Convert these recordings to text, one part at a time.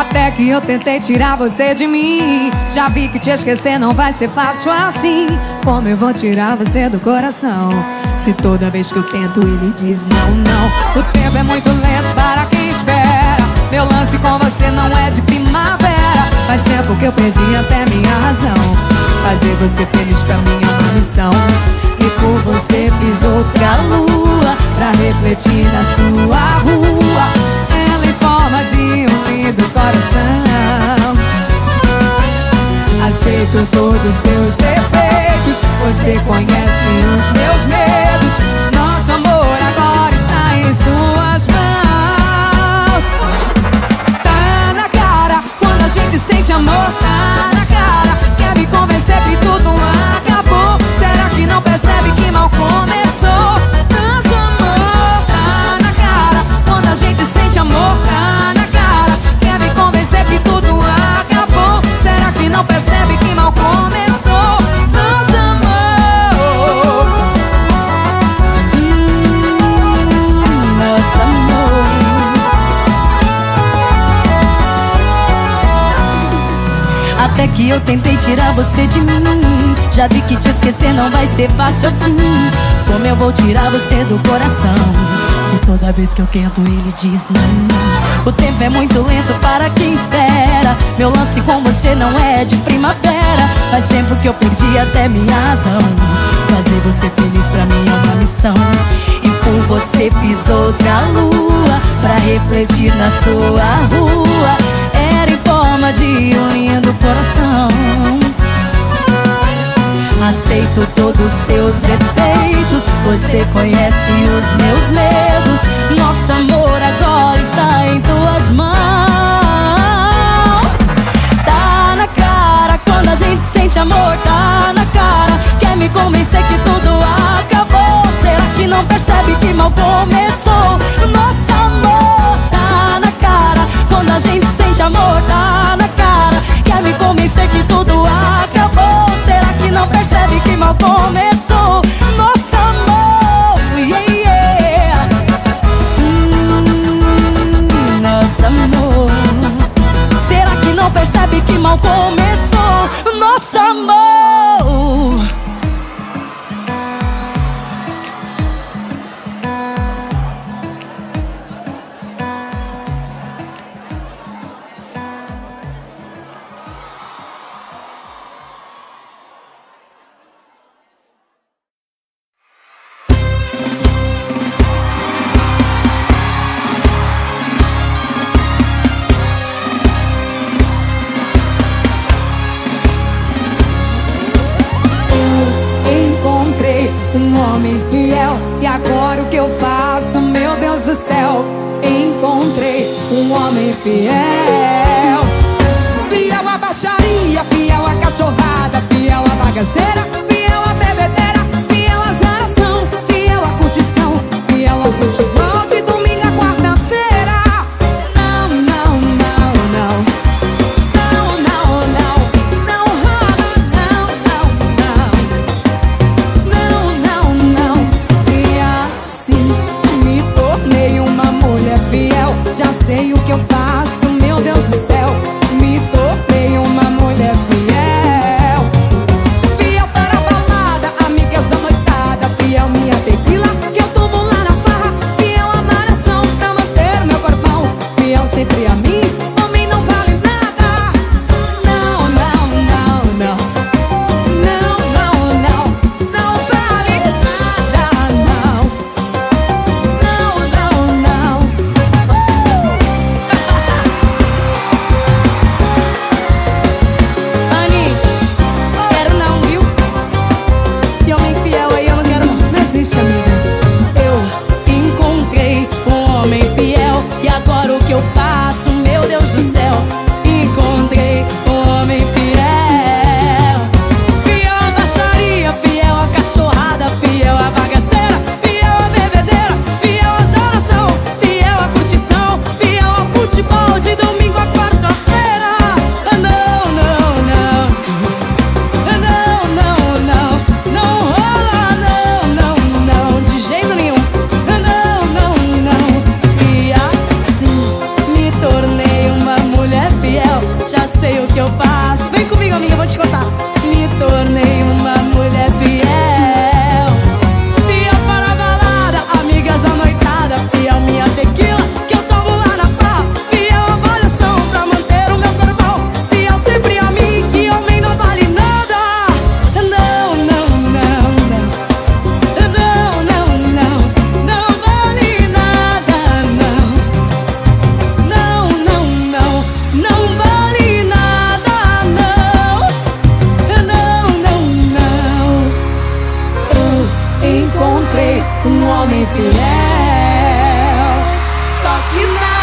Até que eu tentei tirar você de mim. Já vi que te esquecer não vai ser fácil assim. Como eu vou tirar você do coração, se toda vez que eu tento ele diz não, não. O tempo é muito lento para quem espera. Meu lance com você não é de primavera. Faz tempo que eu perdi até minha razão. Fazer você feliz pra mim é uma missão. E por você fiz outra lua pra refletir na sua rua. Ela em forma de um lindo coração. Aceito todos os seus defeitos. Você conhece os meus medos. Nosso amor agora está em suas mãos. Tá na cara quando a gente sente amor. Tá na cara, quer me convencer que tudo acabou. Será que não percebe que mal começou? Nosso amor tá na cara quando a gente sente amor. Tá na cara, quer me convencer que tudo acabou. Será que não percebe que mal começou? Nosso amor, nosso amor. Até que eu tentei tirar você de mim. Já vi que te esquecer não vai ser fácil assim. Como eu vou tirar você do coração, se toda vez que eu tento ele diz não. O tempo é muito lento para quem espera. Meu lance com você não é de primavera. Faz tempo que eu perdi até minha razão. Fazer você feliz pra mim é uma missão. E por você fiz outra lua pra refletir na sua rua. Era em forma de um lindo coração. Aceito todos os teus defeitos. Você conhece os meus medos. Nosso amor agora está em tuas mãos. Tá na cara quando a gente sente amor. Tá na cara, quer me convencer que tudo acabou. Será que não percebe que mal começou? Nosso amor tá na cara quando a gente sente amor. Tá na cara, quer me convencer que tudo acabou. Será que não percebe que mal começou? Nosso amor, yeah, yeah. Nosso amor. Será que não percebe que mal começou? Nosso amor. Um homem fiel, e agora o que eu faço, meu Deus do céu? Encontrei um homem fiel. Fiel à baixaria, fiel à cachorrada, fiel à bagaceira, fiel à bebedeira, fiel à zaração, fiel à curtição, fiel ao futebol de domingo a quarta-feira. Não, não, não, não. Não, não, não. Não rola, não, não, não. Não, não. E assim me tornei uma mulher fiel. Já sei o que eu faço, meu Deus do céu. Me tornei uma mulher fiel. Fiel para encontrei um homem fiel. Só que não.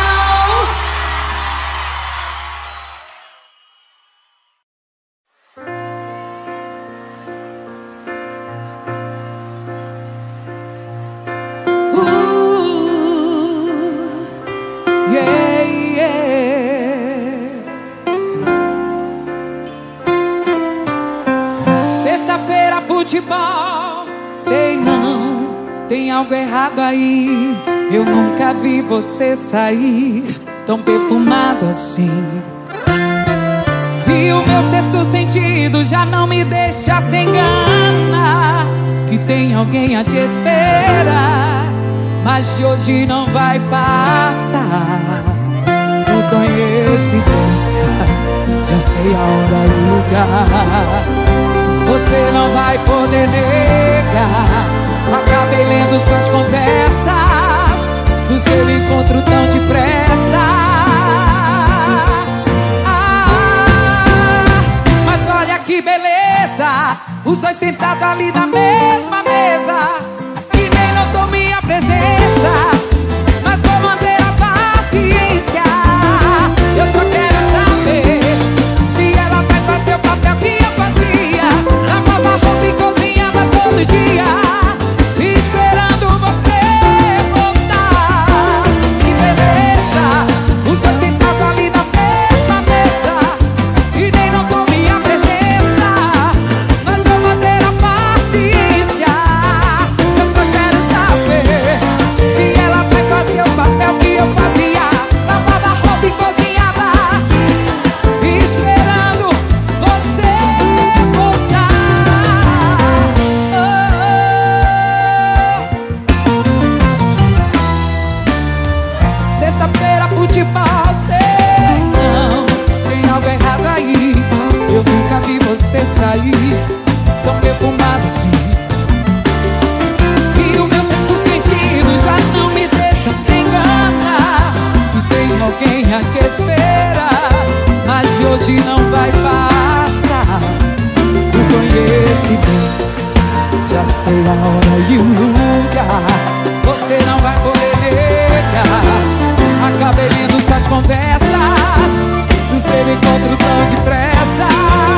Sexta-feira, futebol. Sei não, tem algo errado aí. Eu nunca vi você sair tão perfumado assim. E o meu sexto sentido já não me deixa sem gana, que tem alguém a te esperar, mas de hoje não vai passar. Eu conheço e já sei a hora e o lugar. Você não vai poder negar. Acabei lendo suas conversas do seu encontro tão depressa. Mas olha que beleza, os dois sentados ali na mesma mesa, e nem notou minha presença, mas vou manter a paciência. Eu só quero saber se ela vai fazer o papel que eu fazia. Lavava roupa e cozinhava todo dia, esperando você voltar. Que beleza, os dois sentados ali na mesma mesa, e nem notou minha presença, mas vou manter a paciência. Eu só quero saber se ela vai fazer o papel que eu fazia. Lavava roupa e cozinhava, esperando você voltar. Sexta-feira, futebol, sei não, tem algo errado aí. Eu nunca vi você sair tão perfumado assim. E o meu sexto sentido já não me deixa sem gana, que tem alguém a te esperar, mas de hoje não vai passar. Eu conheço e penso, já sei a hora e o lugar. Você não vai poder negar. Acabei lendo suas conversas do seu encontro tão depressa.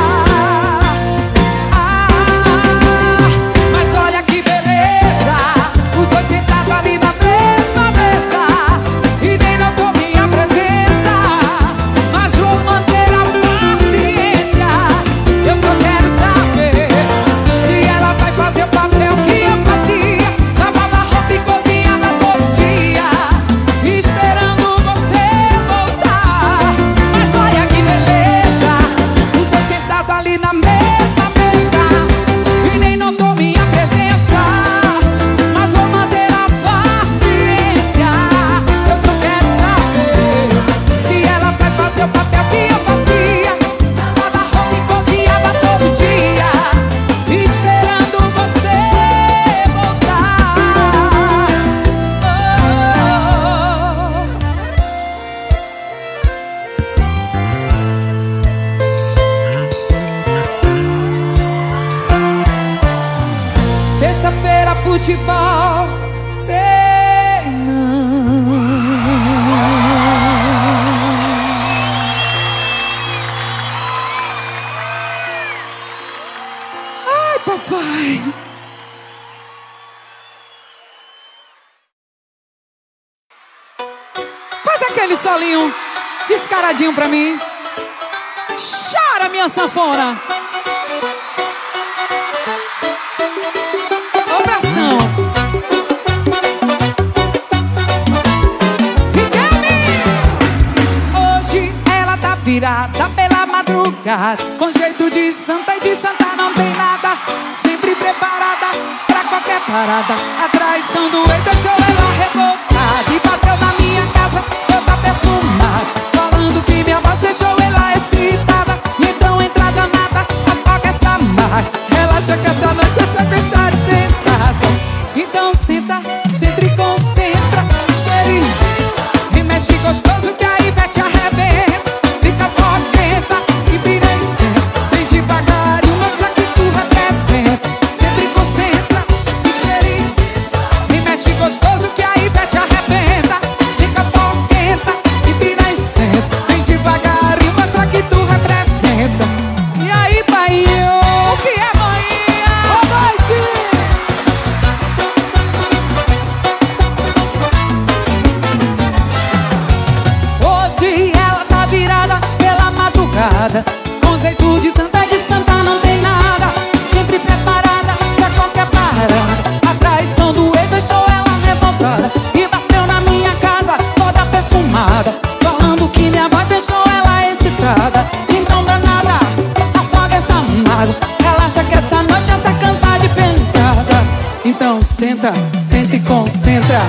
Mas olha que beleza, os dois sentados ali na mesma mesa, e nem notou minha presença, mas vou manter a paciência. Eu só quero saber se ela vai fazer o papel que eu fazia. Lavava roupa e cozinhava todo dia, esperando você voltar. Mas olha que beleza, os dois sentados ali na mesma mesa, e nem notou minha presença, mas vou manter a paciência. Eu só quero saber se ela vai fazer o papel que eu fazia. Lavava roupa e cozinhava todo dia, esperando você voltar. Sexta-feira, futebol, sei não. Ai, papai. Faz aquele solinho descaradinho pra mim. Chora, minha sanfona. Obração. Hoje ela tá virada pela madrugada, com jeito de santa, e de santa não tem nada. Sempre preparada pra qualquer parada. A traição do ex deixou ela revoltada, e bateu na minha casa toda perfumada, falando que minha voz deixou ela excitada. E então entra danada, apaga essa marca. Ela acha que essa noite é sequência tentada. Então senta, senta e concentra, experimenta e mexe gostoso que a Ivete arrebenta. Fica foguenta e vira em cena, vem devagarinho, mostra que tu representa. Sempre concentra, experimenta jeito de santa não tem nada. Sempre preparada pra qualquer parada. A traição do ex deixou ela revoltada e bateu na minha casa toda perfumada, falando que minha voz deixou ela excitada. Então danada, afoga essa mágoa. Relaxa que essa noite já tá cansada de penteada. Então senta, senta e concentra.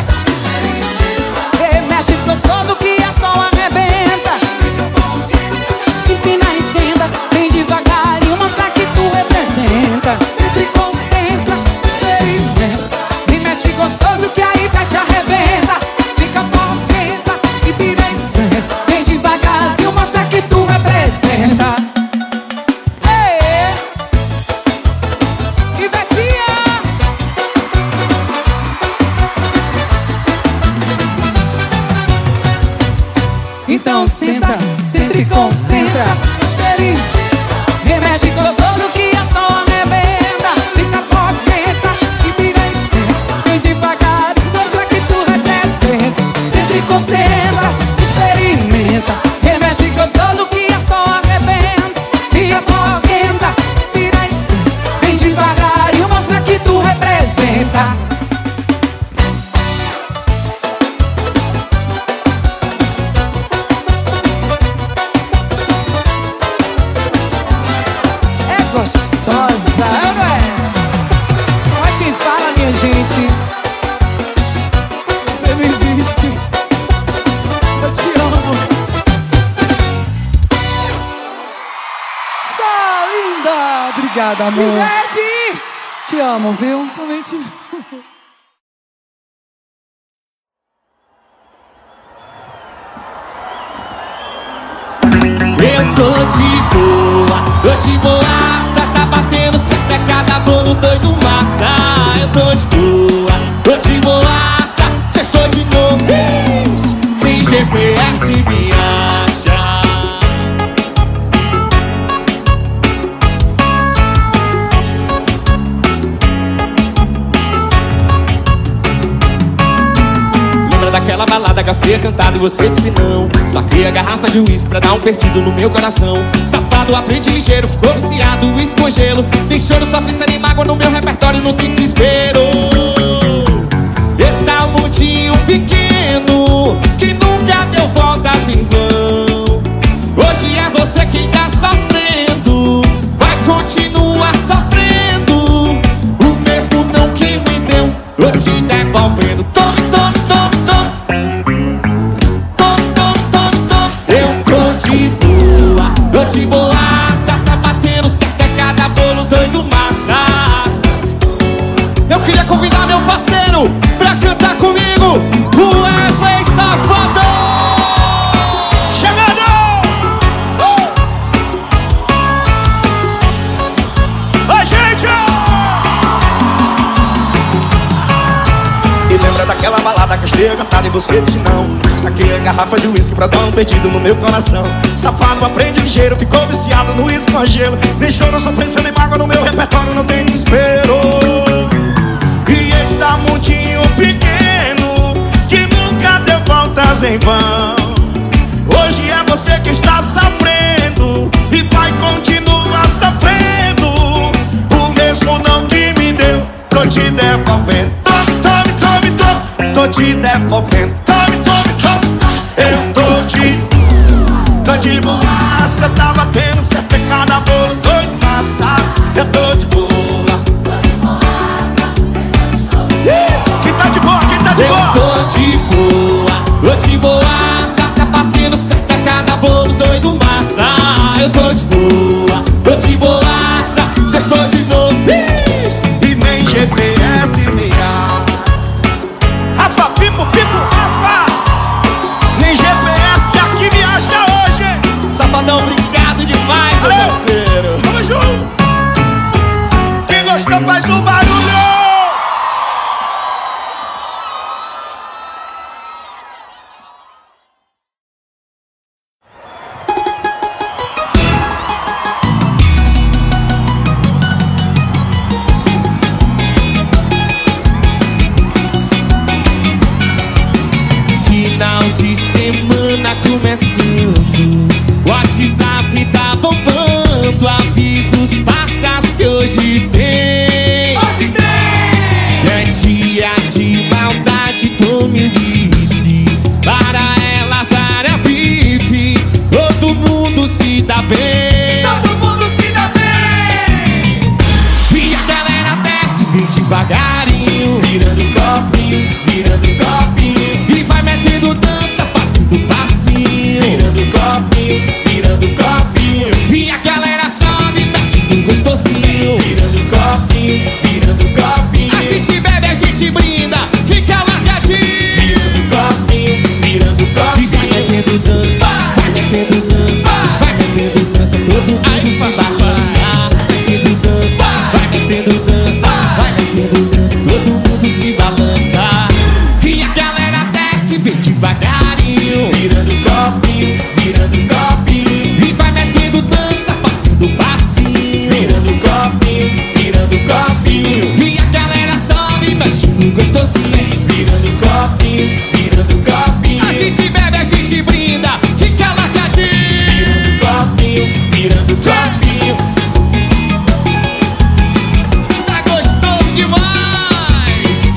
Mexe gostoso que a sol arrebenta. Empina e senta, vem devagarinho, mostra que tu representa. Sempre concentra, experimenta. E mexe gostoso que aí vai te arrebenta. Fica porrenta, empina e senta, vem devagarzinho, mostra que tu representa. Então senta, senta e concentra. Experimenta, remexe gostoso que a sol arrebenta. Fica porrenta, empina e senta, vem devagar e mostra que tu representa. Senta e concentra, experimenta, remexe gostoso que a sol arrebenta. Fica porrenta, empina e senta, vem devagar e mostra que tu representa. Gostosa, olha quem fala, minha gente. Você não existe. Eu te amo. Só linda. Obrigada, amor. Ivete! Te amo, viu? Também te amo. Eu tô de boaça, tá batendo certo, é cada bolo doido massa. Eu tô de boaça, sextou de novo, nem GPS me acha. Daquela balada, gastei a cantada e você disse não. Saquei a garrafa de uísque pra dar um perdido no meu coração. Safado, aprende ligeiro, ficou viciado, uísque com gelo. Tem choro, sofrência nem mágoa, no meu repertório não tem desespero. Eita, um mundinho pequeno que nunca deu voltas em vão. Hoje é você quem tá sofrendo, vai continuar sofrendo. O mesmo não que me deu, tô te devolvendo. Tome, tome, tome. Tô de boaça, tá batendo certo, é cada bolo doido massa. Eu queria convidar meu parceiro pra cantar comigo, o Wesley Safadão. Chegando! Oi, gente! E lembra daquela balada que eu cantada e você disse não. Saquei a garrafa de uísque pra dar um perdido no meu coração. Safado, aprende ligeiro, ficou viciado no uísque com gelo. Deixou na sofrência nem mágoa, no meu repertório não tem desespero. E ele dá um mundinho pequeno que nunca deu voltas em vão. Hoje é você que está sofrendo e vai continuar sofrendo. O mesmo não que me deu, tô te devolvendo. Tome, tome, tome, tô te devolvendo. Tome, tome, tome, eu tô de boaça, tá batendo certo, é cada bolo doido massa. Eu tô de boa. Quem tá de boa, quem tá de boa? Eu tô de boaça, tá batendo certo, é cada bolo doido massa. Eu tô de boaça, sextou de novo, e nem GPS me acha. Rafa, pipo, Rafa, nem GPS aqui me acha hoje. Safadão, obrigado de gostosinho, virando copinho, virando copinho. A gente bebe, a gente brinda, fica largadinho, virando copinho. Tá gostoso demais.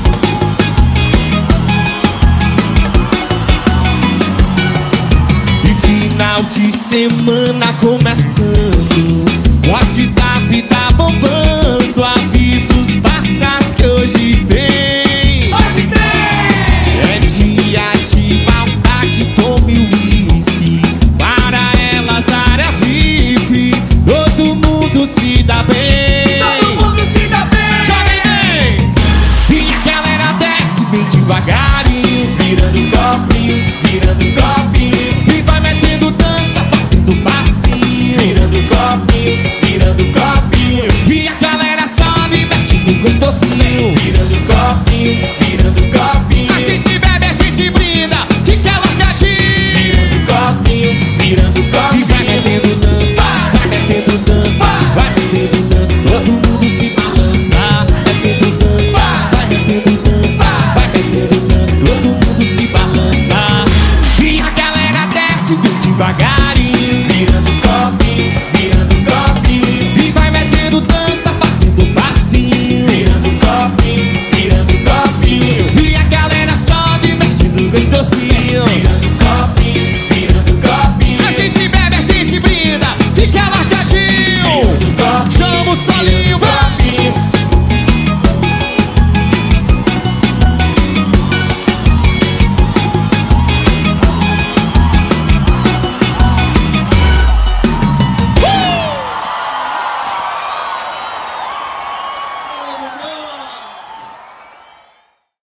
E final de semana começando, o WhatsApp tá bombando, avisos passados que hoje tem. Hoje tem! É dia de maldade, tome uísque, para elas área VIP, todo mundo se dá bem. Todo mundo se dá bem! Joguem bem! E a galera desce bem devagarinho, virando copinho, virando copinho.